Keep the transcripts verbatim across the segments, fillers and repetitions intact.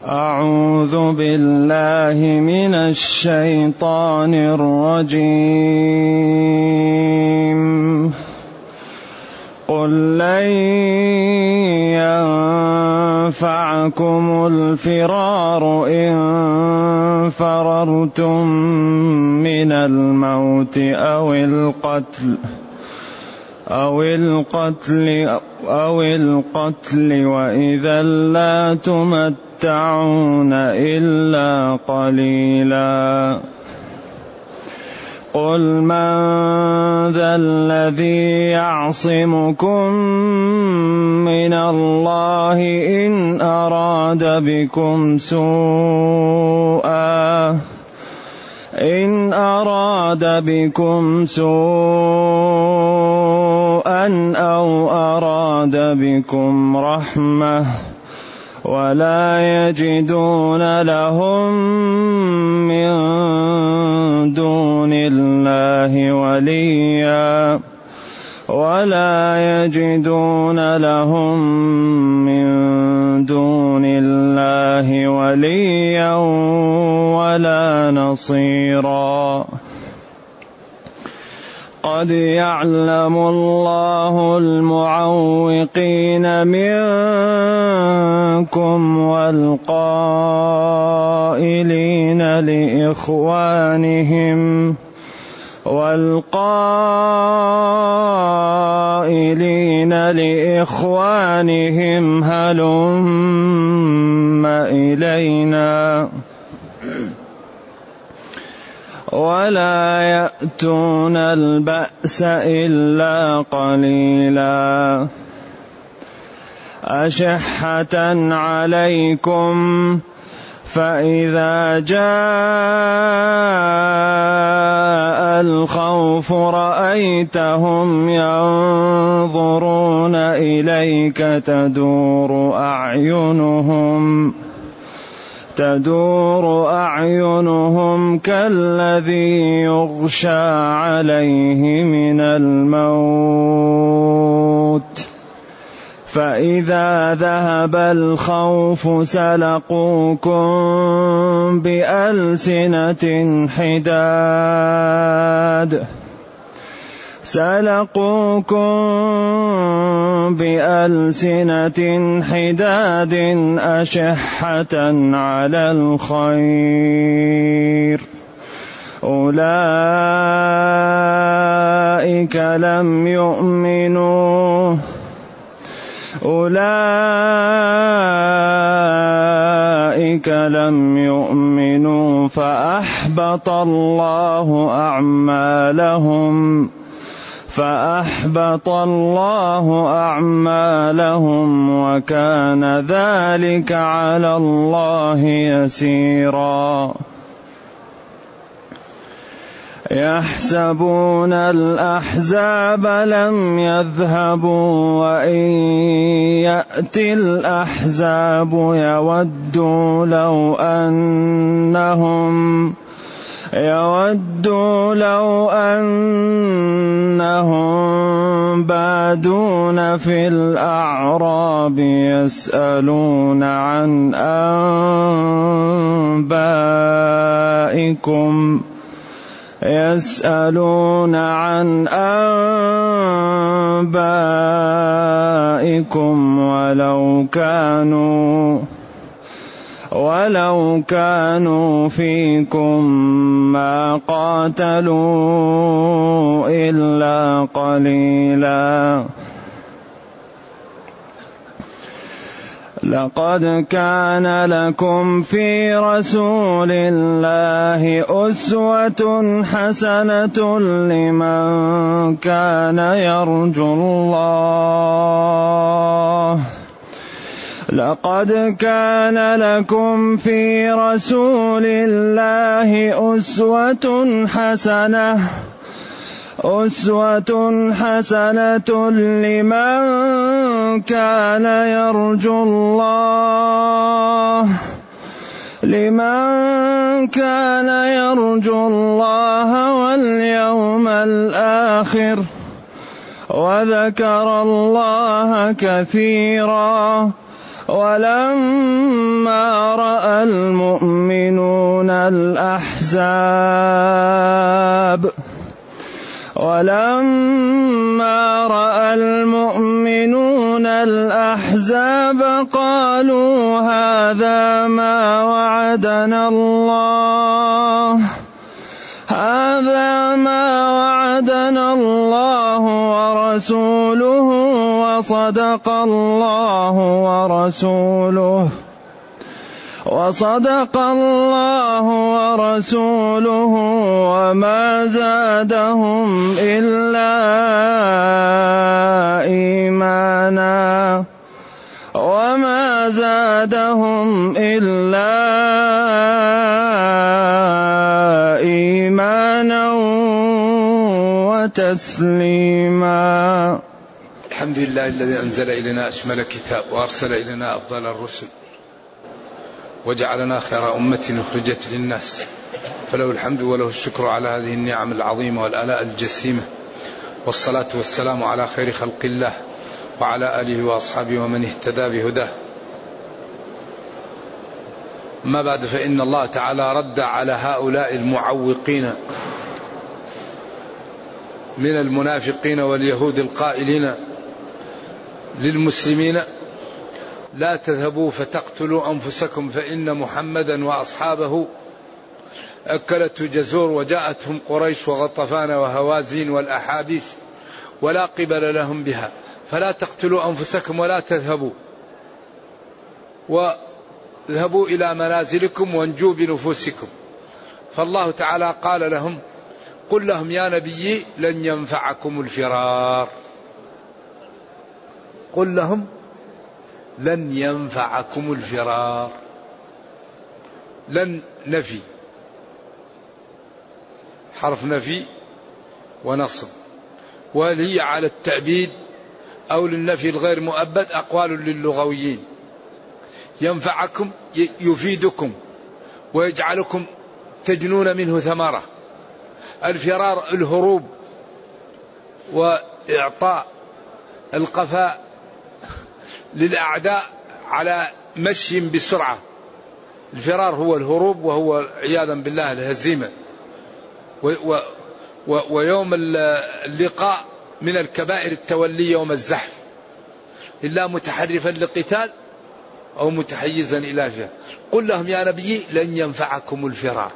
أعوذ بالله من الشيطان الرجيم. قل لن ينفعكم الفرار إن فررتم من الموت أو القتل أو القتل أو القتل وإذا لا تمتعون إلا قليلا. قل من ذا الذي يعصمكم من الله إن أراد بكم سوءا إن أراد بكم سوءا أو أراد بكم رحمة ولا يجدون لهم من دون الله وليا ولا يجدون لهم من دون الله وليا ولا نصيرا. قد يعلم الله المعوقين منكم والقائلين لإخوانهم والقائلين لإخوانهم هلم إلينا ولا يأتون البأس إلا قليلا. أشحة عليكم فإذا جاء الخوف رأيتهم ينظرون إليك تدور أعينهم تدور أعينهم كالذي يغشى عليه من الموت فإذا ذهب الخوف سلقوكم بألسنة حداد سلقوكم بألسنة حداد أشحة على الخير أولئك لم يؤمنوا أولئك لم يؤمنوا فأحبط الله أعمالهم فأحبط الله أعمالهم وكان ذلك على الله يسيرا. يحسبون الأحزاب لم يذهبوا وإن يأتي الأحزاب يودوا لو أنهم يودوا لو أنهم بادون في الأعراب يسألون عن أنبائكم يسألون عن أنبائكم ولو كانوا ولو كانوا فيكم ما قاتلوا إلا قليلا. لقد كان لكم في رسول الله أسوة حسنة لمن كان يرجو الله لقد كان لكم في رسول الله أسوة حسنة أسوة حسنة لمن كان يرجو الله لمن كان يرجو الله واليوم الآخر وذكر الله كثيرا ولما رأى المؤمنون الأحزاب ولما رأى المؤمنون الأحزاب قالوا هذا ما وعدنا الله هذا ما وعدنا الله ورسوله وصدق الله ورسوله وصدق الله ورسوله وما زادهم إلا إيمانا وما زادهم إلا إيمانا وتسليما. الحمد لله الذي أنزل إلينا أشمل كتاب وأرسل إلينا أفضل الرسل وجعلنا خير أمة أخرجت للناس، فله الحمد وله الشكر على هذه النعم العظيمة والآلاء الجسيمة، والصلاة والسلام على خير خلق الله وعلى آله وأصحابه ومن اهتدى بهداه. ما بعد، فإن الله تعالى رد على هؤلاء المعوقين من المنافقين واليهود القائلين للمسلمين لا تذهبوا فتقتلوا أنفسكم فإن محمدا وأصحابه أكلت جزور وجاءتهم قريش وغطفان وهوازين والأحابيش ولا قبل لهم بها فلا تقتلوا أنفسكم ولا تذهبوا واذهبوا إلى منازلكم وانجوا بنفوسكم. فالله تعالى قال لهم قل لهم يا نبي لن ينفعكم الفرار، قل لهم لن ينفعكم الفرار. لن نفي، حرف نفي ونصب، وهل هي على التأبيد أو للنفي الغير مؤبد أقوال للغويين. ينفعكم يفيدكم ويجعلكم تجنون منه ثمرة. الفرار الهروب وإعطاء القفاء للأعداء على مشي بسرعة. الفرار هو الهروب، وهو عياذا بالله الهزيمة. و و و ويوم اللقاء من الكبائر التولي يوم الزحف إلا متحرفا لقتال أو متحيزا إلى فئة. قل لهم يا نبي لن ينفعكم الفرار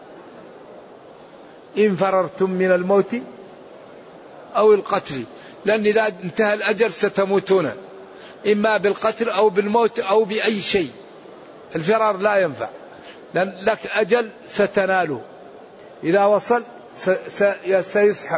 إن فررتم من الموت أو القتل، لأن إذا انتهى الأجل ستموتون إما بالقتل أو بالموت أو بأي شيء. الفرار لا ينفع، لأن لك أجل ستناله، إذا وصل سيسحب.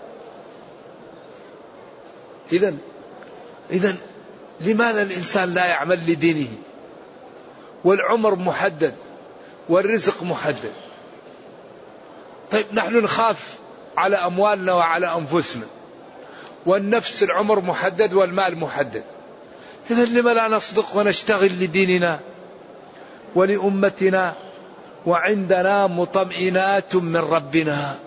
إذن إذن لماذا الإنسان لا يعمل لدينه؟ والعمر محدد والرزق محدد. طيب نحن نخاف على أموالنا وعلى أنفسنا، والنفس العمر محدد والمال محدد. إذن لما لا نصدق ونشتغل لديننا ولأمتنا وعندنا مطمئنات من ربنا؟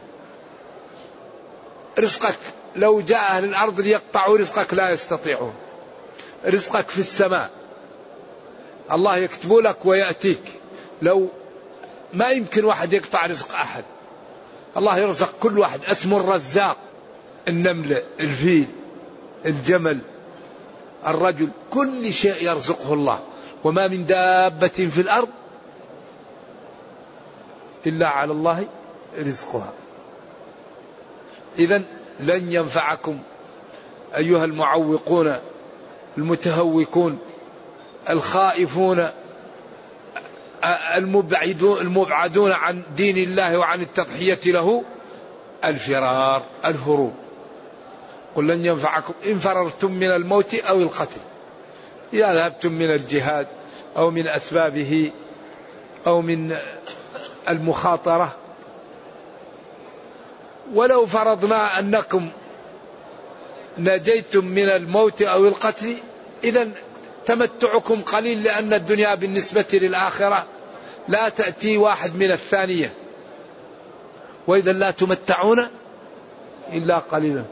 رزقك لو جاء أهل الأرض ليقطعوا رزقك لا يستطيعون. رزقك في السماء، الله يكتب لك ويأتيك. لو ما يمكن واحد يقطع رزق أحد، الله يرزق كل واحد. اسمه الرزاق. النملة، الفيل، الجمل، الرجل، كل شيء يرزقه الله. وما من دابة في الأرض إلا على الله رزقها. إذن لن ينفعكم أيها المعوقون المتهوكون الخائفون المبعدون المبعدون عن دين الله وعن التضحية له الفرار، الهروب. قل لن ينفعكم إن فررتم من الموت أو القتل. إذا ذهبتم من الجهاد أو من أسبابه أو من المخاطرة. ولو فرضنا أنكم نجيتم من الموت أو القتل، إذن تمتعكم قليل، لأن الدنيا بالنسبة للآخرة لا تأتي واحد من الثانية، وإذا لا تمتعون إلا قليلا.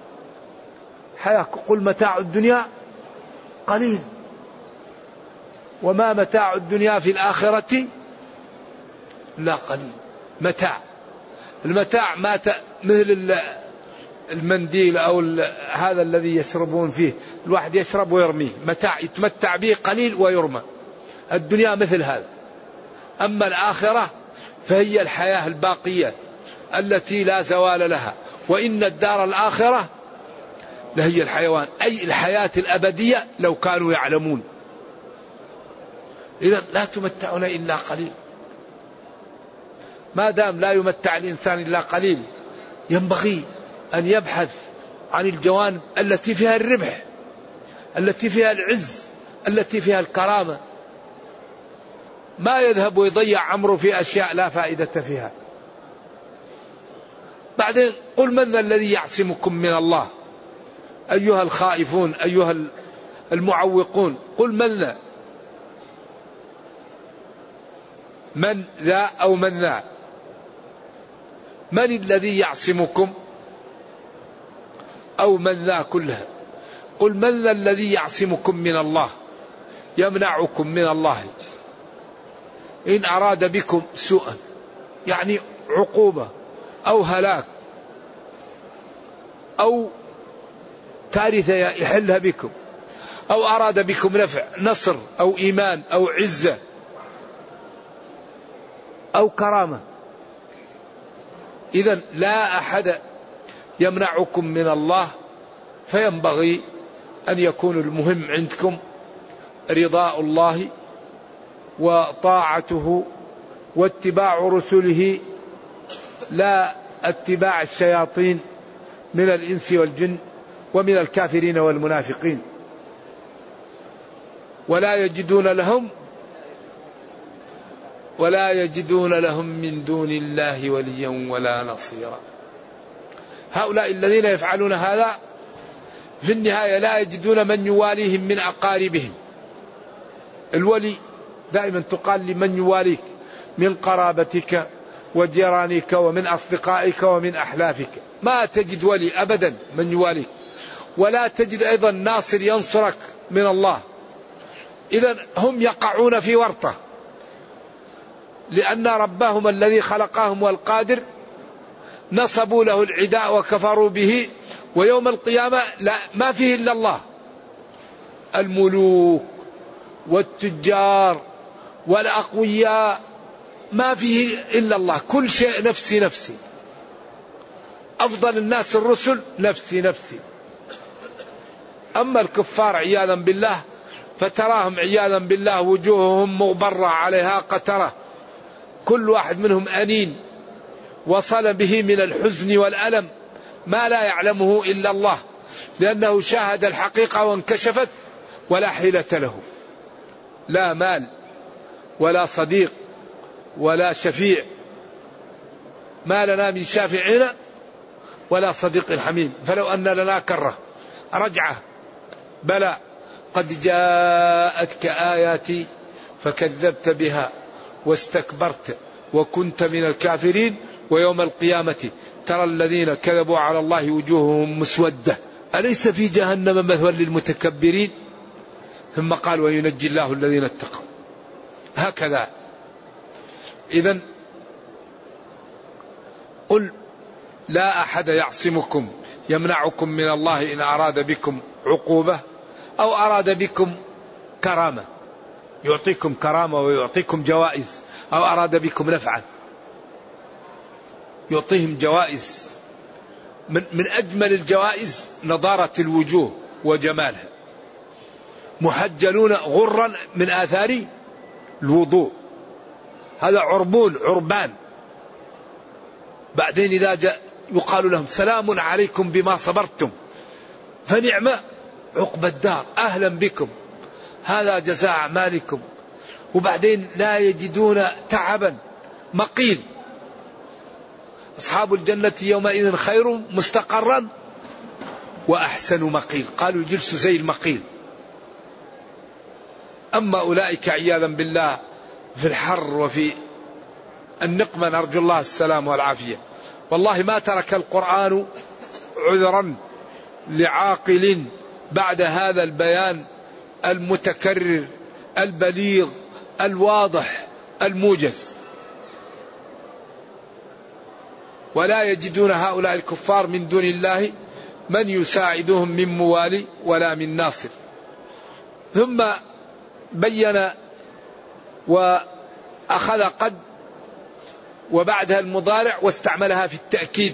حياة قل متاع الدنيا قليل. وما متاع الدنيا في الآخرة لا قليل. متاع، المتاع ما ت... مثل المنديل أو هذا الذي يشربون فيه، الواحد يشرب ويرميه، متاع يتمتع به قليل ويرمى. الدنيا مثل هذا. أما الآخرة فهي الحياة الباقية التي لا زوال لها، وإن الدار الآخرة لهي الحيوان، أي الحياة الأبدية لو كانوا يعلمون. إذا لا تمتعون إلا قليل. ما دام لا يمتع الإنسان إلا قليل ينبغي أن يبحث عن الجوانب التي فيها الربح، التي فيها العز، التي فيها الكرامة. ما يذهب ويضيع عمره في أشياء لا فائدة فيها. بعدين قل من الذي يعصمكم من الله أيها الخائفون أيها المعوقون. قل من ذا، من ذا أو من ذا، من الذي يعصمكم أو من ذا كلها. قل من ذا الذي يعصمكم من الله، يمنعكم من الله إن أراد بكم سوءا، يعني عقوبة أو هلاك أو كارثة يحلها بكم، أو أراد بكم نفع، نصر أو إيمان أو عزة أو كرامة. إذن لا أحد يمنعكم من الله، فينبغي أن يكون المهم عندكم رضاء الله وطاعته واتباع رسله، لا اتباع الشياطين من الإنس والجن ومن الكافرين والمنافقين. ولا يجدون لهم ولا يجدون لهم من دون الله وليا ولا نصيرا. هؤلاء الذين يفعلون هذا في النهاية لا يجدون من يواليهم من أقاربهم. الولي دائما تقال لمن يواليك من قرابتك وجيرانك ومن أصدقائك ومن أحلافك. ما تجد ولي أبدا من يواليك، ولا تجد أيضا ناصر ينصرك من الله. إذن هم يقعون في ورطة، لأن ربهم الذي خلقهم والقادر نصبوا له العداء وكفروا به، ويوم القيامة لا ما فيه إلا الله. الملوك والتجار والأقوياء ما فيه إلا الله، كل شيء نفسي نفسي. أفضل الناس الرسل نفسي نفسي. أما الكفار عياذا بالله فتراهم عياذا بالله وجوههم مغبرة عليها قترة، كل واحد منهم أنين وصل به من الحزن والألم ما لا يعلمه إلا الله، لأنه شاهد الحقيقة وانكشفت ولا حيلة له. لا مال ولا صديق ولا شفيع، ما لنا من شافعين ولا صديق حميم. فلو أن لنا كرة رجعة بلى قد جاءتك آياتي فكذبت بها واستكبرت وكنت من الكافرين، ويوم القيامة ترى الذين كذبوا على الله وجوههم مسودة أليس في جهنم مثوى للمتكبرين. ثم قال وينجي الله الذين اتقوا. هكذا. إذن قل لا أحد يعصمكم يمنعكم من الله إن أراد بكم عقوبة أو أراد بكم كرامة، يعطيكم كرامة ويعطيكم جوائز، أو أراد بكم نفعا يعطيهم جوائز. من, من أجمل الجوائز نضارة الوجوه وجمالها، محجلون غرا من آثار الوضوء، هذا عربون عربان. بعدين إذا جاء يقال لهم سلام عليكم بما صبرتم فنعم عقب الدار، أهلا بكم هذا جزاء أعمالكم. وبعدين لا يجدون تعبا مقيل. أصحاب الجنة يومئذ خير مستقرا وأحسن مقيل، قالوا الجلس زي المقيل. أما أولئك عياذا بالله في الحر وفي النقمة، نرجو الله السلام والعافية. والله ما ترك القرآن عذرا لعاقل بعد هذا البيان المتكرر البليغ الواضح الموجز. ولا يجدون هؤلاء الكفار من دون الله من يساعدهم من موالي ولا من ناصر. ثم بين وأخذ قد وبعدها المضارع واستعملها في التأكيد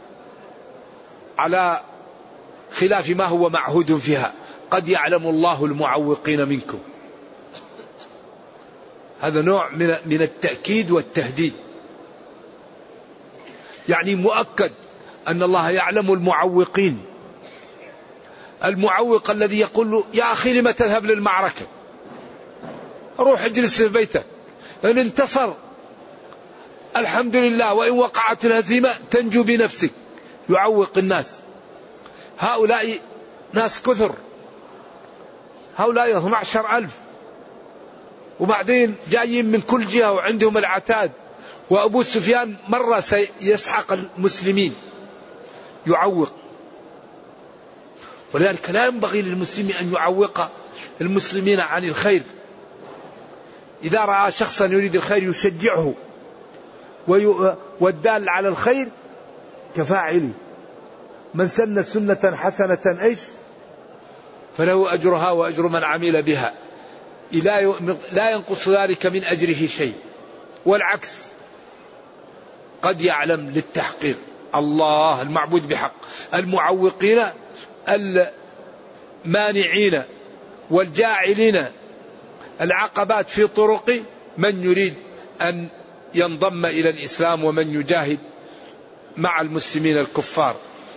على خلاف ما هو معهود فيها. قد يعلم الله المعوقين منكم، هذا نوع من من التأكيد والتهديد، يعني مؤكد أن الله يعلم المعوقين. المعوق الذي يقول له يا أخي لما تذهب للمعركة، روح اجلس في بيتك، إن انتصر الحمد لله، وإن وقعت الهزيمة تنجو بنفسك، يعوق الناس. هؤلاء ناس كثر، هؤلاء اثني عشر ألف، وبعدين جايين من كل جهة وعندهم العتاد، وأبو سفيان مرة سيسحق المسلمين، يعوق. ولذلك لا ينبغي للمسلم أن يعوق المسلمين عن الخير. إذا رأى شخصا يريد الخير يشجعه، والدال على الخير كفاعله. من سن سنة حسنة ايش فله أجرها وأجر من عمل بها، لا ينقص ذلك من أجره شيء. والعكس قد يعلم للتحقيق الله المعبود بحق المعوقين المانعين والجاعلين العقبات في طرق من يريد أن ينضم إلى الإسلام ومن يجاهد مع المسلمين الكفار.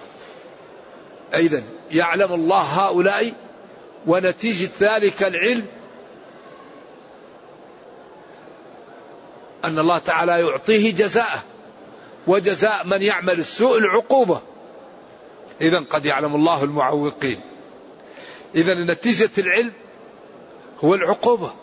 أيضا يعلم الله هؤلاء، ونتيجة ذلك العلم أن الله تعالى يعطيه جزاءه، وجزاء من يعمل السوء العقوبة. إذا قد يعلم الله المعوقين. إذا نتيجة العلم هو العقوبة.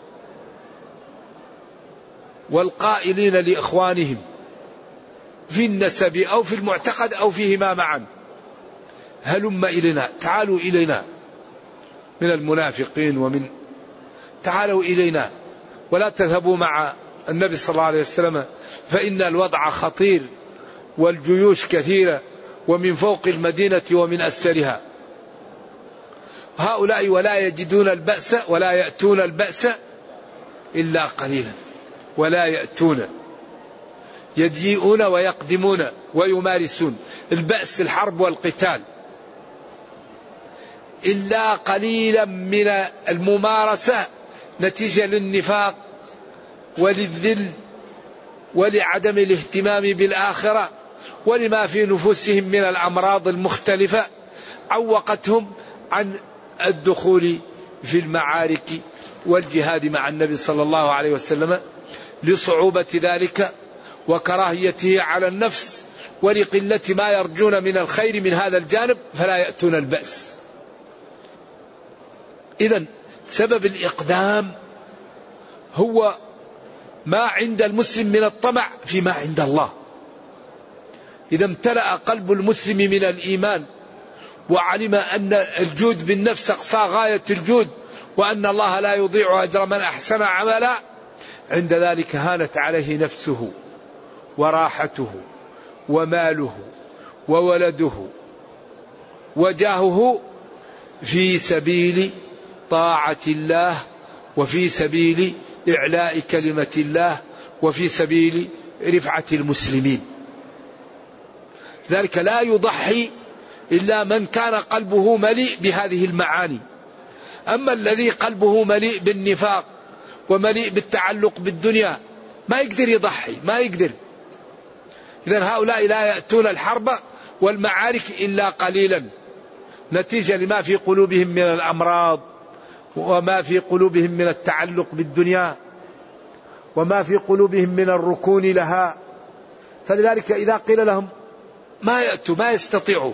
والقائلين لإخوانهم في النسب أو في المعتقد أو فيهما معا هلم إلينا، تعالوا إلينا، من المنافقين ومن تعالوا إلينا ولا تذهبوا مع النبي صلى الله عليه وسلم فإن الوضع خطير والجيوش كثيرة ومن فوق المدينة ومن أسفلها. هؤلاء ولا يجدون البأس ولا يأتون البأس إلا قليلا، ولا يأتون، يجيئون ويقدمون ويمارسون البأس الحرب والقتال، إلا قليلا من الممارسة نتيجة للنفاق وللذل ولعدم الاهتمام بالآخرة ولما في نفوسهم من الأمراض المختلفة عوقتهم عن الدخول في المعارك والجهاد مع النبي صلى الله عليه وسلم لصعوبة ذلك وكراهيته على النفس ولقلة ما يرجون من الخير من هذا الجانب، فلا يأتون البأس. إذن سبب الإقدام هو ما عند المسلم من الطمع فيما عند الله. إذا امتلأ قلب المسلم من الإيمان وعلم أن الجود بالنفس أقصى غاية الجود وأن الله لا يضيع أجر من أحسن عملا، عند ذلك هانت عليه نفسه وراحته وماله وولده وجاهه في سبيل طاعة الله وفي سبيل إعلاء كلمة الله وفي سبيل رفعة المسلمين. ذلك لا يضحي إلا من كان قلبه مليء بهذه المعاني. أما الذي قلبه مليء بالنفاق ومليء بالتعلق بالدنيا ما يقدر يضحي، ما يقدر. إذن هؤلاء لا يأتون الحرب والمعارك إلا قليلا، نتيجة لما في قلوبهم من الأمراض وما في قلوبهم من التعلق بالدنيا وما في قلوبهم من الركون لها. فلذلك إذا قيل لهم ما يأتوا ما يستطيعوا.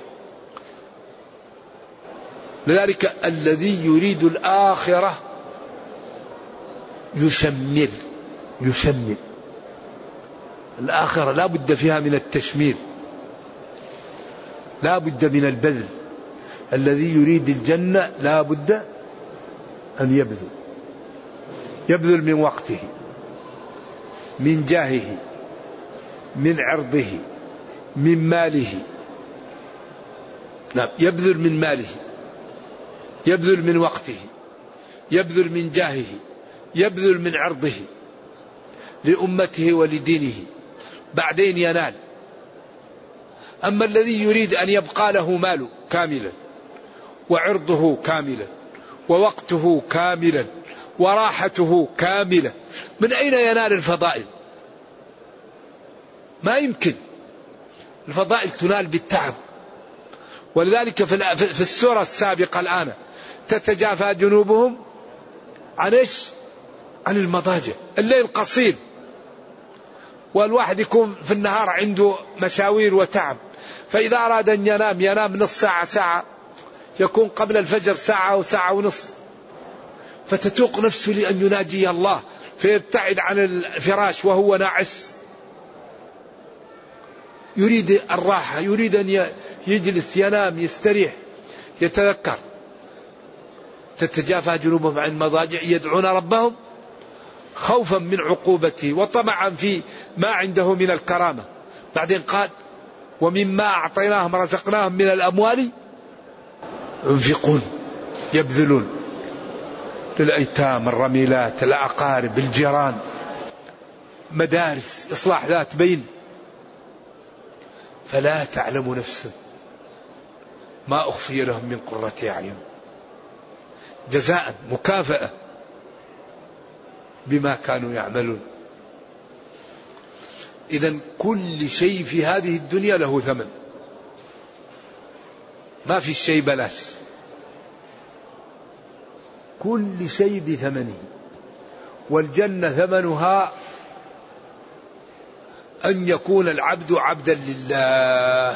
لذلك الذي يريد الآخرة يشمر يشمر الآخرة لا بد فيها من التشمير، لا بد من البذل. الذي يريد الجنة لا بد أن يبذل. يبذل من وقته، من جاهه، من عرضه، من ماله. نعم، يبذل من ماله، يبذل من وقته، يبذل من جاهه، يبذل من عرضه لأمته ولدينه، بعدين ينال. أما الذي يريد أن يبقى له ماله كاملا وعرضه كاملا ووقته كاملا وراحته كاملة، من أين ينال الفضائل؟ ما يمكن. الفضائل تنال بالتعب. ولذلك في السورة السابقة الآن تتجافى جنوبهم عن إيش؟ عن المضاجع. الليل قصير، والواحد يكون في النهار عنده مشاوير وتعب، فإذا أراد أن ينام ينام نص ساعة ساعة، يكون قبل الفجر ساعة أو ساعة ونص، فتتوق نفسه لأن يناجي الله، فيبتعد عن الفراش وهو ناعس، يريد الراحة، يريد أن يجلس ينام يستريح يتذكر. تتجافى جنوبهم عن المضاجع يدعون ربهم خوفا من عقوبته وطمعا في ما عنده من الكرامة. بعدين قال ومما أعطيناهم رزقناهم من الأموال ينفقون، يبذلون للأيتام، الرميلات، الأقارب، الجيران، مدارس، إصلاح ذات بين. فلا تعلم نفس ما أخفي لهم من قرة أعين جزاء مكافأة بما كانوا يعملون. إذن كل شيء في هذه الدنيا له ثمن، ما في شيء بلاش، كل شيء بثمنه. والجنة ثمنها أن يكون العبد عبدا لله،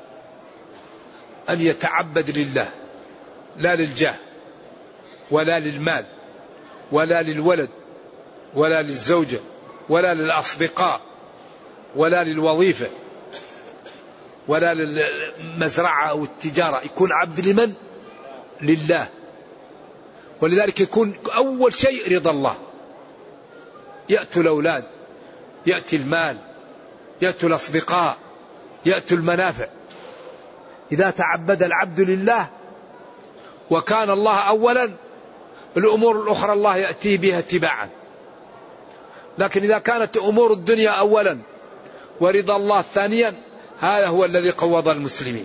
أن يتعبد لله، لا للجاه ولا للمال ولا للولد ولا للزوجة ولا للأصدقاء ولا للوظيفة ولا للمزرعة أو التجارة. يكون عبد لمن؟ لله. ولذلك يكون أول شيء رضا الله. يأتي الأولاد، يأتي المال، يأتي الأصدقاء، يأتي المنافع. إذا تعبد العبد لله وكان الله أولا، الأمور الأخرى الله يأتي بها تباعا. لكن إذا كانت أمور الدنيا أولا ورضا الله ثانيا، هذا هو الذي قوض المسلمين.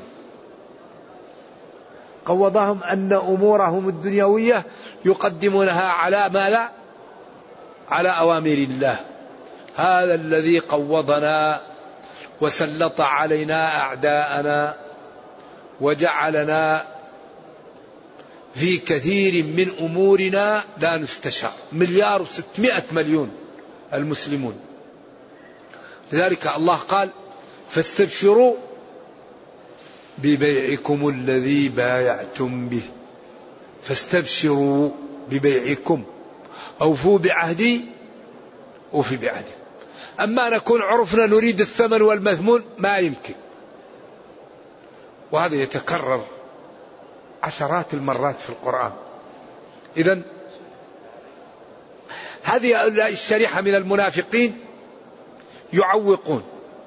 قوضهم أن أمورهم الدنيوية يقدمونها على ما لا على أوامر الله. هذا الذي قوضنا وسلط علينا أعداءنا وجعلنا في كثير من أمورنا لا نستشار. مليار وستمائة مليون المسلمون. لذلك الله قال فاستبشروا ببيعكم الذي بايعتم به. فاستبشروا ببيعكم، أوفوا بعهدي أوفي بعهدي. أما نكون عرفنا نريد الثمن والمثمون ما يمكن. وهذا يتكرر عشرات المرات في القرآن. إذن هذه الشريحة من المنافقين يعوقون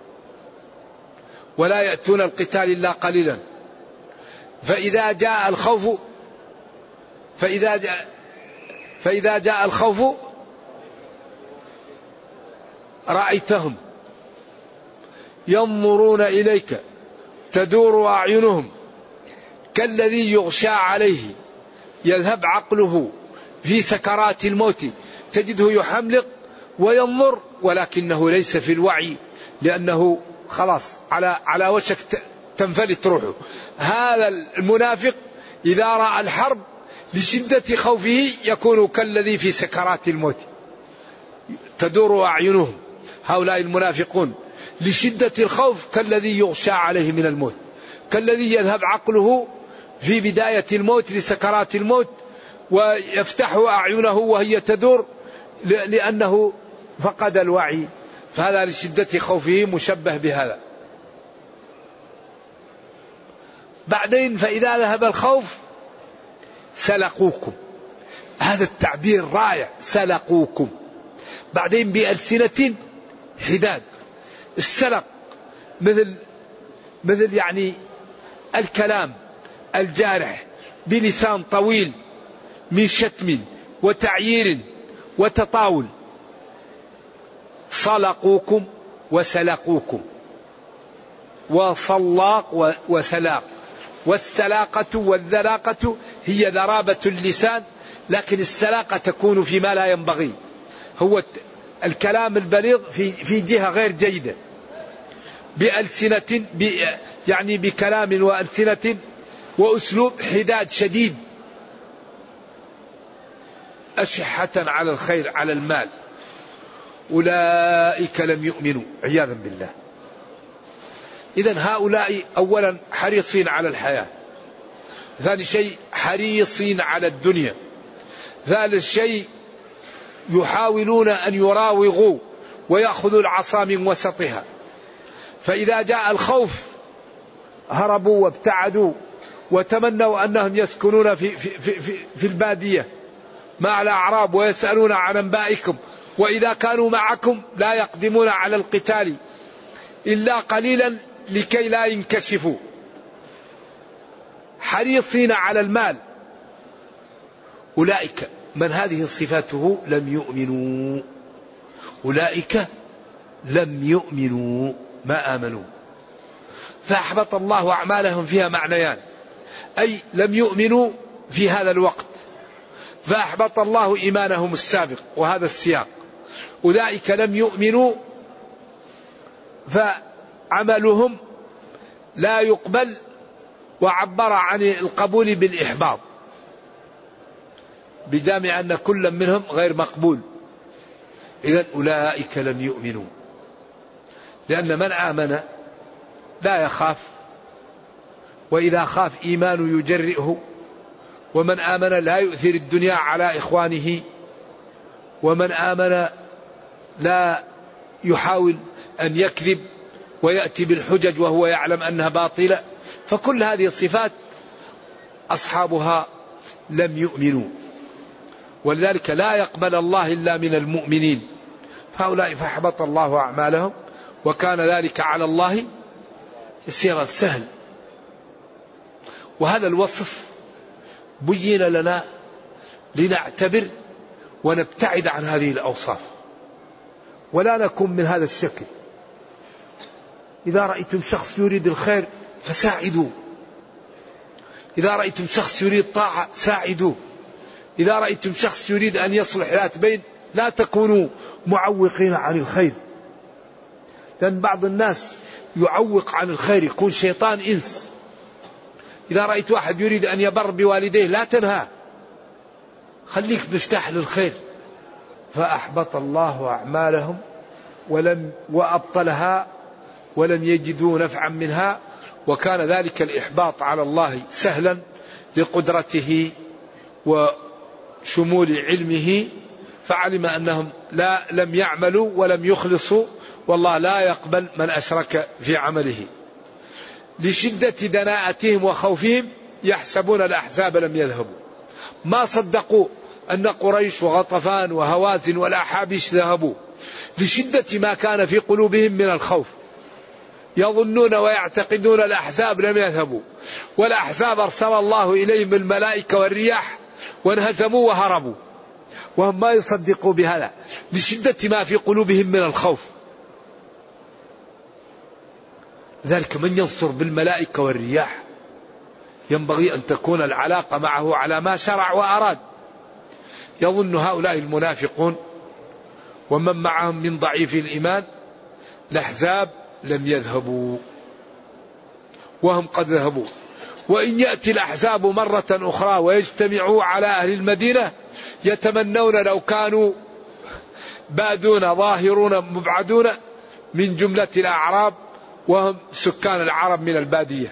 ولا يأتون القتال إلا قليلا. فإذا جاء الخوف فإذا جاء فإذا جاء الخوف رأيتهم ينظرون إليك تدور أعينهم كالذي يغشى عليه يذهب عقله في سكرات الموت تجده يحملق وينظر ولكنه ليس في الوعي، لأنه خلاص على على وشك تنفلت روحه. هذا المنافق إذا رأى الحرب لشدة خوفه يكون كالذي في سكرات الموت تدور أعينهم. هؤلاء المنافقون لشدة الخوف كالذي يغشى عليه من الموت، كالذي يذهب عقله في بداية الموت لسكرات الموت ويفتح أعينه وهي تدور لأنه فقد الوعي. فهذا لشدة خوفه مشبه بهذا. بعدين فإذا ذهب الخوف سلقوكم هذا التعبير رائع، سلقوكم. بعدين بألسنة حداد. السلق مثل مثل يعني الكلام الجارح بلسان طويل من شتم وتعيير وتطاول. صلقوكم وسلقوكم، وصلاق وسلاق. والسلاقة والذلاقة هي ذرابة اللسان، لكن السلاقة تكون فيما لا ينبغي، هو الكلام البليغ في في جهة غير جيدة. بألسنة يعني بكلام وألسنة وأسلوب حداد شديد، أشحة على الخير على المال. أولئك لم يؤمنوا عياذا بالله. إذن هؤلاء أولا حريصين على الحياة، ثاني شيء حريصين على الدنيا، ثالث شيء يحاولون أن يراوغوا ويأخذوا العصا من وسطها، فإذا جاء الخوف هربوا وابتعدوا وتمنوا أنهم يسكنون في, في, في, في, في البادية مع الأعراب ويسألون عن أنبائكم، وإذا كانوا معكم لا يقدمون على القتال إلا قليلا لكي لا ينكشفوا. حريصين على المال. أولئك من هذه صفاته لم يؤمنوا، أولئك لم يؤمنوا ما آمنوا، فأحبط الله أعمالهم فيها معنيان، أي لم يؤمنوا في هذا الوقت فأحبط الله إيمانهم السابق، وهذا السياق. أولئك لم يؤمنوا فعملهم لا يقبل، وعبر عن القبول بالإحباط بدامع أن كل منهم غير مقبول. إذن أولئك لم يؤمنوا، لأن من آمن لا يخاف، وإذا خاف إيمان يجرئه، ومن آمن لا يؤثر الدنيا على إخوانه، ومن آمن لا يحاول أن يكذب ويأتي بالحجج وهو يعلم أنها باطلة. فكل هذه الصفات أصحابها لم يؤمنوا، ولذلك لا يقبل الله إلا من المؤمنين. فهؤلاء فأحبط الله أعمالهم، وكان ذلك على الله يسيرا سهل. وهذا الوصف بين لنا لنعتبر ونبتعد عن هذه الأوصاف ولا نكون من هذا الشكل. إذا رأيتم شخص يريد الخير فساعدوه، إذا رأيتم شخص يريد طاعة ساعدوه، إذا رأيتم شخص يريد أن يصلح ذات بين لا تكونوا معوقين عن الخير، لأن بعض الناس يعوق عن الخير، يكون شيطان إنس. إذا رأيت واحد يريد أن يبر بوالديه لا تنهى، خليك مفتاح للخير. فأحبط الله أعمالهم ولم وأبطلها ولم يجدوا نفعا منها، وكان ذلك الإحباط على الله سهلا لقدرته وشمول علمه، فعلم أنهم لا لم يعملوا ولم يخلصوا، والله لا يقبل من أشرك في عمله. لشدة دناءتهم وخوفهم يحسبون الأحزاب لم يذهبوا، ما صدقوا أن قريش وغطفان وهوازن والأحابيش ذهبوا، لشدة ما كان في قلوبهم من الخوف. يظنون ويعتقدون الأحزاب لم يذهبوا، والأحزاب أرسل الله إليهم الملائكة والرياح وانهزموا وهربوا، وهم ما يصدقوا بهذا لشدة ما في قلوبهم من الخوف. ذلك من ينصر بالملائكة والرياح ينبغي أن تكون العلاقة معه على ما شرع وأراد. يظن هؤلاء المنافقون ومن معهم من ضعيف الإيمان الأحزاب لم يذهبوا وهم قد ذهبوا، وإن يأتي الأحزاب مرة أخرى ويجتمعوا على أهل المدينة يتمنون لو كانوا بادون ظاهرون مبعدون من جملة الأعراب وهم سكان العرب من البادية،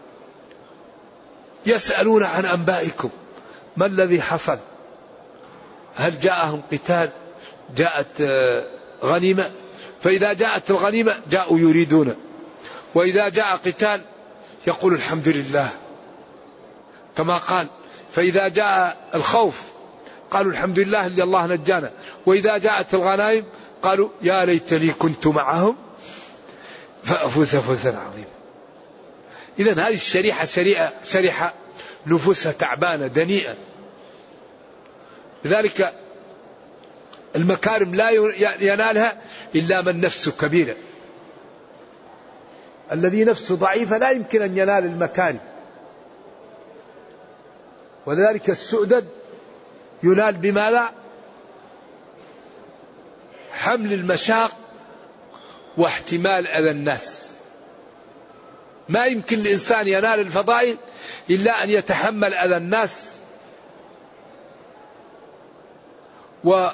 يسألون عن أنبائكم، ما الذي حصل؟ هل جاءهم قتال؟ جاءت غنيمة؟ فإذا جاءت الغنيمة جاءوا يريدون، وإذا جاء قتال يقول الحمد لله، كما قال فإذا جاء الخوف قالوا الحمد لله اللي الله نجانا. وإذا جاءت الغنائم قالوا يا ليتني كنت معهم فأفوز فوزا عظيما. إذن هذه الشريحة شريحة, شريحة نفوسها تعبانة دنيئة. لذلك المكارم لا ينالها إلا من نفسه كبيرة. الذي نفسه ضعيفة لا يمكن أن ينال المكارم. ولذلك السؤدد ينال بماذا؟ حمل المشاق واحتمال أذى الناس. ما يمكن الإنسان ينال الفضائل إلا أن يتحمل أذى الناس و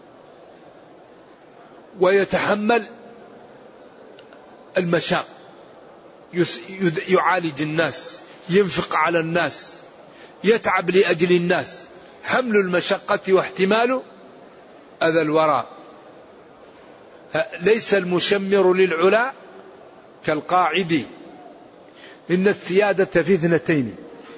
ويتحمل المشاق، يعالج الناس، ينفق على الناس، يتعب لأجل الناس. حمل المشقة واحتمال أذى الورى. ليس المشمر للعلا كالقاعد، إن السيادة في اثنتين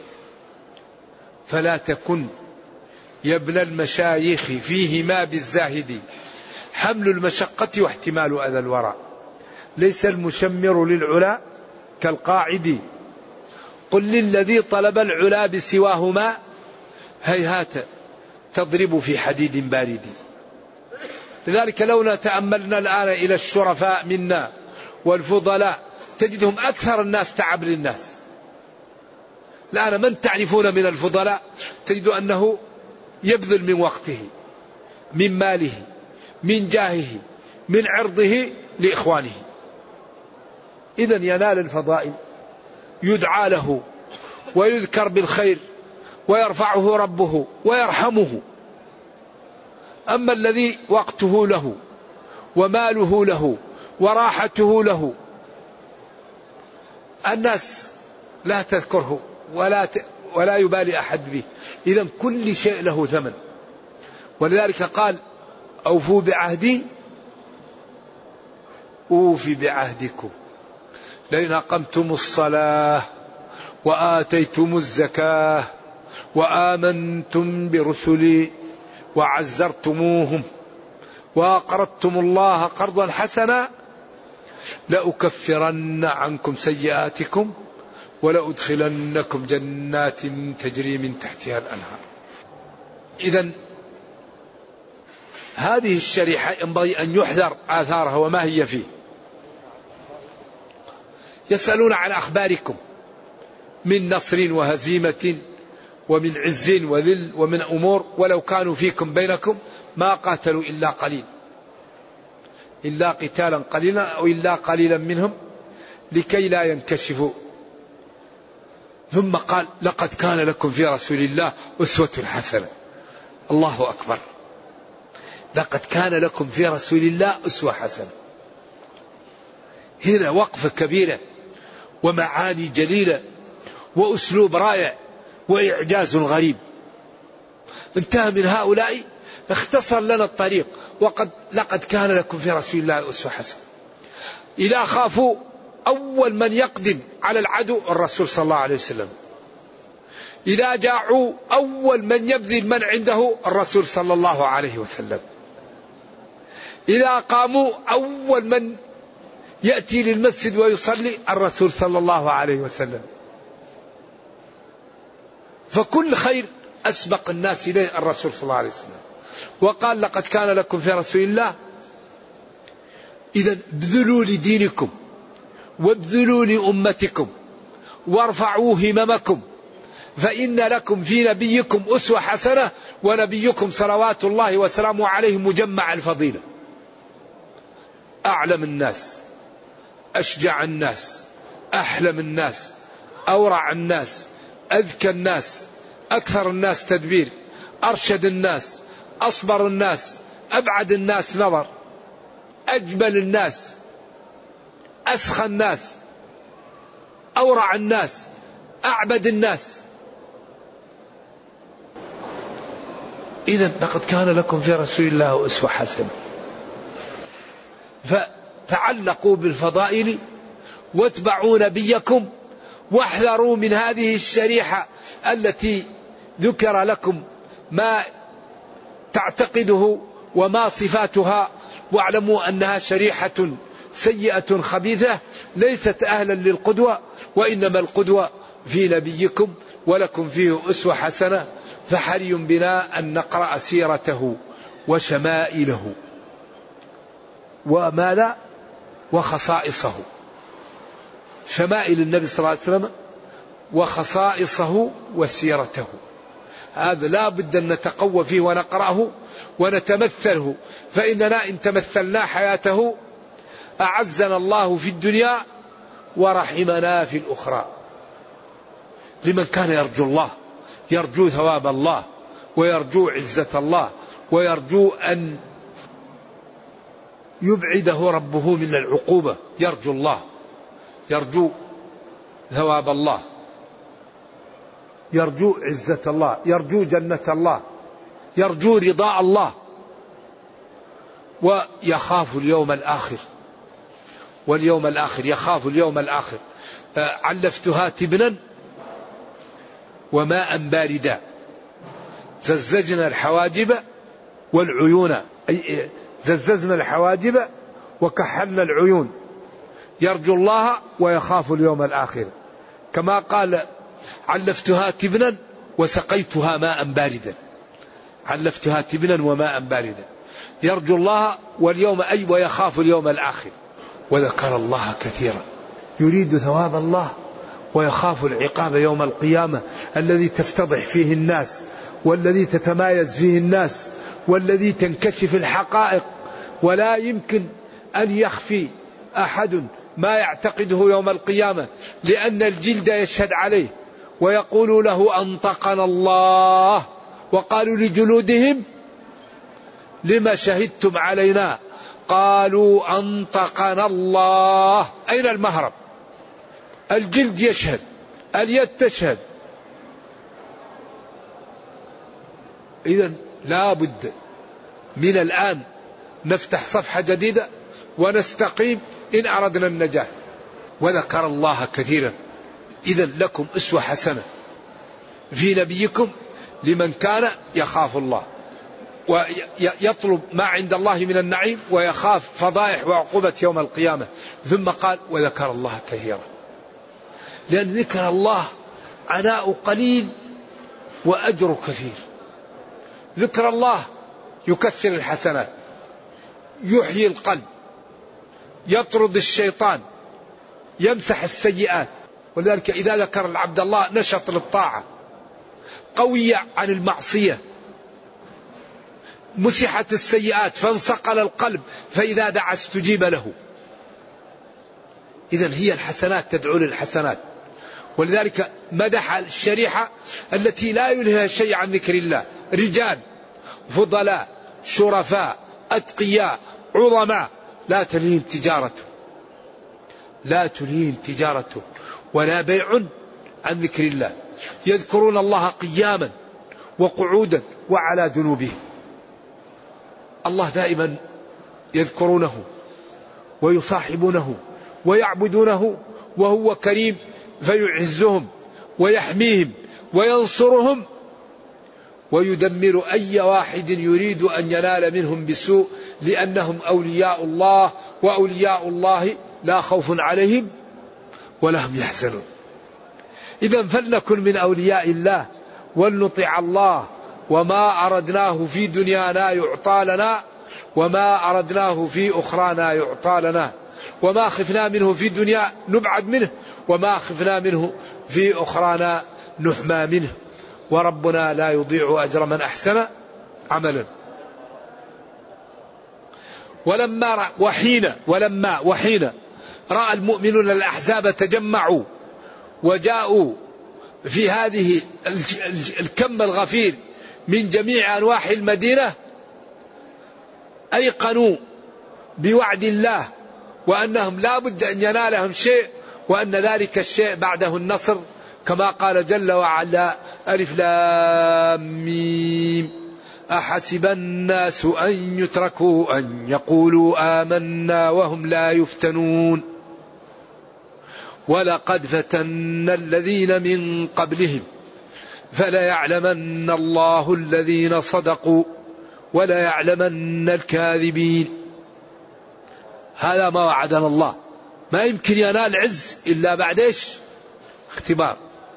فلا تكن يا ابن المشايخ فيهما بالزاهد. حمل المشقة واحتمال أذى الورى. ليس المشمر للعلا كالقاعد، قل للذي طلب العلا بسواهما هيهات تضرب في حديد بارد. لذلك لو تأملنا الآن إلى الشرفاء منا والفضلاء تجدهم أكثر الناس تعب للناس. الآن من تعرفون من الفضلاء تجد أنه يبذل من وقته، من ماله، من جاهه، من عرضه لإخوانه. إذن ينال الفضائل، يدعى له ويذكر بالخير ويرفعه ربه ويرحمه. أما الذي وقته له وماله له وراحته له الناس لا تذكره ولا ت... ولا يبالي أحد به. إذن كل شيء له ثمن. ولذلك قال أوفوا بعهدي أوفي بعهدكم لئن أقمتم الصلاة وآتيتم الزكاة وآمنتم برسلي وعزرتموهم وأقرضتم الله قرضا حسنا لأكفرن عنكم سيئاتكم ولأدخلنكم جنات تجري من تحتها الأنهار. إذن هذه الشريحة ينبغي أن يحذر آثارها وما هي فيه. يسألون عن أخباركم من نصر وهزيمة ومن عز وذل ومن أمور ولو كانوا فيكم بينكم ما قاتلوا إلا قليل إلا قتالا قليلا أو إلا قليلا منهم لكي لا ينكشفوا. ثم قال لقد كان لكم في رسول الله أسوة حسنة. الله أكبر. لقد كان لكم في رسول الله أسوة حسنة. هنا وقفة كبيرة ومعاني جليلة وأسلوب رائع وإعجاز غريب. انتهى من هؤلاء اختصر لنا الطريق. وقد لقد كان لكم في رسول الله أسوة حسنة. إذا خافوا أول من يقدم على العدو الرسول صلى الله عليه وسلم. إذا جاعوا أول من يبذل من عنده الرسول صلى الله عليه وسلم. إذا قاموا أول من يأتي للمسجد ويصلي الرسول صلى الله عليه وسلم. فكل خير أسبق الناس إليه الرسول صلى الله عليه وسلم. وقال لقد كان لكم في رسول الله. إذا ابذلوا لدينكم وابذلوا لأمتكم وارفعوا هممكم فإن لكم في نبيكم أسوة حسنة ونبيكم صلوات الله وسلامه عليه مجمع الفضيلة. أعلم الناس، أشجع الناس، أحلم الناس، أورع الناس، أذكى الناس، أكثر الناس تدبير، أرشد الناس، أصبر الناس، أبعد الناس نظر، أجمل الناس، أسخى الناس، أورع الناس، أعبد الناس. إذن لقد كان لكم في رسول الله أسوة حسنة. فتعلقوا بالفضائل واتبعوا نبيكم واحذروا من هذه الشريحة التي ذكر لكم ما تعتقده وما صفاتها، واعلموا أنها شريحة سيئة خبيثة ليست أهلا للقدوة، وإنما القدوة في نبيكم ولكم فيه أسوة حسنة. فحري بنا أن نقرأ سيرته وشمائله وماذا وخصائصه، شمائل النبي صلى الله عليه وسلم وخصائصه وسيرته. هذا لا بد أن نتقوى فيه ونقرأه ونتمثله، فإننا إن تمثلنا حياته أعزنا الله في الدنيا ورحمنا في الأخرى. لمن كان يرجو الله، يرجو ثواب الله ويرجو عزة الله ويرجو أن يبعده ربه من العقوبة، يرجو الله، يرجو ثواب الله، يرجو عزة الله، يرجو جنة الله، يرجو رضاء الله، ويخاف اليوم الآخر. واليوم الآخر يخاف اليوم الآخر. علفتها تبنا وماء باردا ززجنا الحواجب والعيون، أي زززنا الحواجب وكحلنا العيون. يرجو الله ويخاف اليوم الآخر، كما قال علفتها تبنا وسقيتها ماء باردا. علفتها تبنا وماء باردا، يرجو الله واليوم أي ويخاف اليوم الآخر. وذكر الله كثيرا، يريد ثواب الله ويخاف العقاب يوم القيامة الذي تفتضح فيه الناس، والذي تتمايز فيه الناس، والذي تنكشف الحقائق ولا يمكن أن يخفي أحد ما يعتقده يوم القيامة، لأن الجلد يشهد عليه ويقول له أنطقنا الله. وقالوا لجلودهم لما شهدتم علينا؟ قالوا أنطقنا الله. أين المهرب؟ الجلد يشهد، اليد تشهد. إذن لا بد من الآن نفتح صفحة جديدة ونستقيم إن أردنا النجاة. وذكر الله كثيرا. إذن لكم أسوة حسنة في نبيكم لمن كان يخاف الله ويطلب ما عند الله من النعيم ويخاف فضائح وعقوبة يوم القيامة. ثم قال وذكر الله كثيرا، لأن ذكر الله عناء قليل وأجر كثير. ذكر الله يكثر الحسنات، يحيي القلب، يطرد الشيطان، يمسح السيئات. ولذلك إذا ذكر العبد الله نشط للطاعة، قوي عن المعصية، مسحت السيئات فانصقل القلب، فإذا دعا استجيب له. إذن هي الحسنات تدعو للحسنات. ولذلك مدح الشريحة التي لا يلهى شيء عن ذكر الله، رجال فضلاء شرفاء أتقياء عظماء لا تلهيهم تجارته لا تلهيهم تجارته ولا بيع عن ذكر الله، يذكرون الله قياما وقعودا وعلى جنوبهم. الله دائما يذكرونه ويصاحبونه ويعبدونه، وهو كريم فيعزهم ويحميهم وينصرهم ويدمر أي واحد يريد أن ينال منهم بسوء، لأنهم أولياء الله، وأولياء الله لا خوف عليهم ولا هم يحزنون. إذا فلنكن من أولياء الله ولنطع الله، وما أردناه في دنيانا يعطى لنا، وما أردناه في أخرانا يعطى لنا، وما خفنا منه في دنيا نبعد منه، وما خفنا منه في أخرانا نحمى منه. وربنا لا يضيع أجر من أحسن عملا. ولما وحين ولما وحين رأى المؤمنون الأحزاب تجمعوا وجاءوا في هذه الكم الغفير من جميع أنواح المدينة، أيقنوا بوعد الله وأنهم لا بد أن ينالهم شيء، وأن ذلك الشيء بعده النصر، كما قال جل وعلا ألف لام ميم أحسب الناس أن يتركوا أن يقولوا آمنا وهم لا يفتنون ولقد فتنا الذين من قبلهم فليعلمن الله الذين صدقوا ولا يعلمن الكاذبين. هذا ما وعدنا الله. ما يمكن ينال عز إلا بعد إيش؟ اختبار.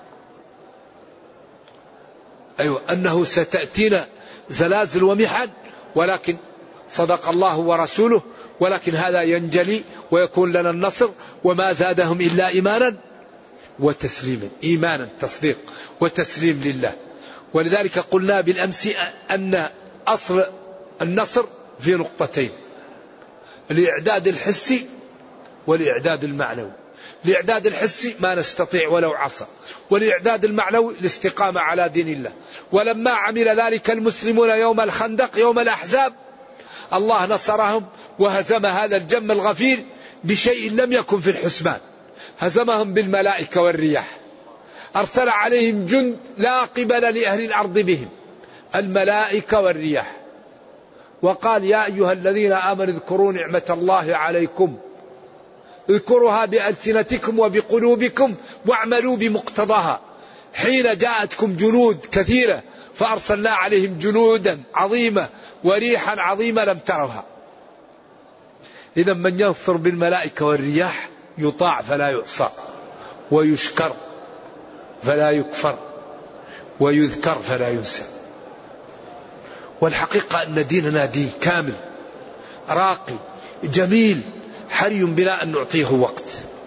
أيوة أنه ستأتينا زلازل ومحن، ولكن صدق الله ورسوله، ولكن هذا ينجلي ويكون لنا النصر. وما زادهم إلا إيمانا وتسليما. إيمانا تصديق وتسليم لله. ولذلك قلنا بالأمس أن أصل النصر في نقطتين: الإعداد الحسي والإعداد المعنوي. الإعداد الحسي ما نستطيع ولو عصى، والإعداد المعنوي الاستقامة على دين الله. ولما عمل ذلك المسلمون يوم الخندق يوم الأحزاب الله نصرهم وهزم هذا الجم الغفير بشيء لم يكن في الحسبان. هزمهم بالملائكة والرياح، أرسل عليهم جند لا قبل لأهل الأرض بهم، الملائكة والرياح. وقال: يا أيها الذين آمنوا اذكروا نعمة الله عليكم، اذكروها بألسنتكم وبقلوبكم واعملوا بمقتضاها، حين جاءتكم جنود كثيرة فأرسلنا عليهم جنودا عظيمة وريحا عظيمة لم تروها. إذا من ينصر بالملائكة والرياح يطاع فلا يعصى، ويشكر فلا يكفر، ويذكر فلا ينسى. والحقيقة أن ديننا دين كامل راقي جميل، حري بنا أن نعطيه وقت.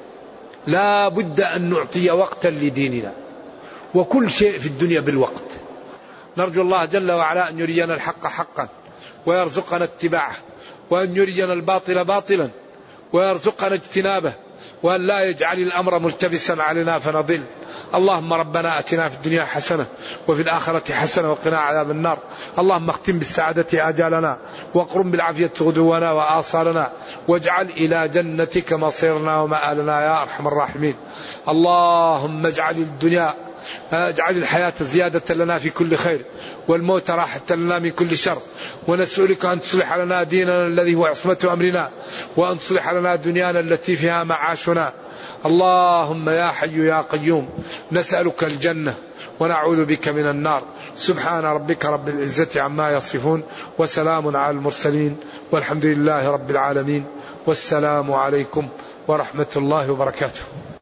لا بد أن نعطي وقتا لديننا، وكل شيء في الدنيا بالوقت. نرجو الله جل وعلا أن يرينا الحق حقا ويرزقنا اتباعه، وأن يرينا الباطل باطلا ويرزقنا اجتنابه، وأن لا يجعل الأمر ملتبسا علينا فنضل. اللهم ربنا أتنا في الدنيا حسنة وفي الآخرة حسنة وقنا عذاب النار. اللهم اختم بالسعادة آجالنا، واقرم بالعافية غدونا وآصالنا، واجعل إلى جنتك مصيرنا ومآلنا يا أرحم الراحمين. اللهم اجعل الدنيا اجعل الحياة زيادة لنا في كل خير، والموت راحة لنا من كل شر. ونسألك أن تصلح لنا ديننا الذي هو عصمة أمرنا، وأن تصلح لنا دنيانا التي فيها معاشنا. اللهم يا حي يا قيوم نسألك الجنة ونعوذ بك من النار. سبحان ربك رب العزة عما يصفون، وسلام على المرسلين، والحمد لله رب العالمين. والسلام عليكم ورحمة الله وبركاته.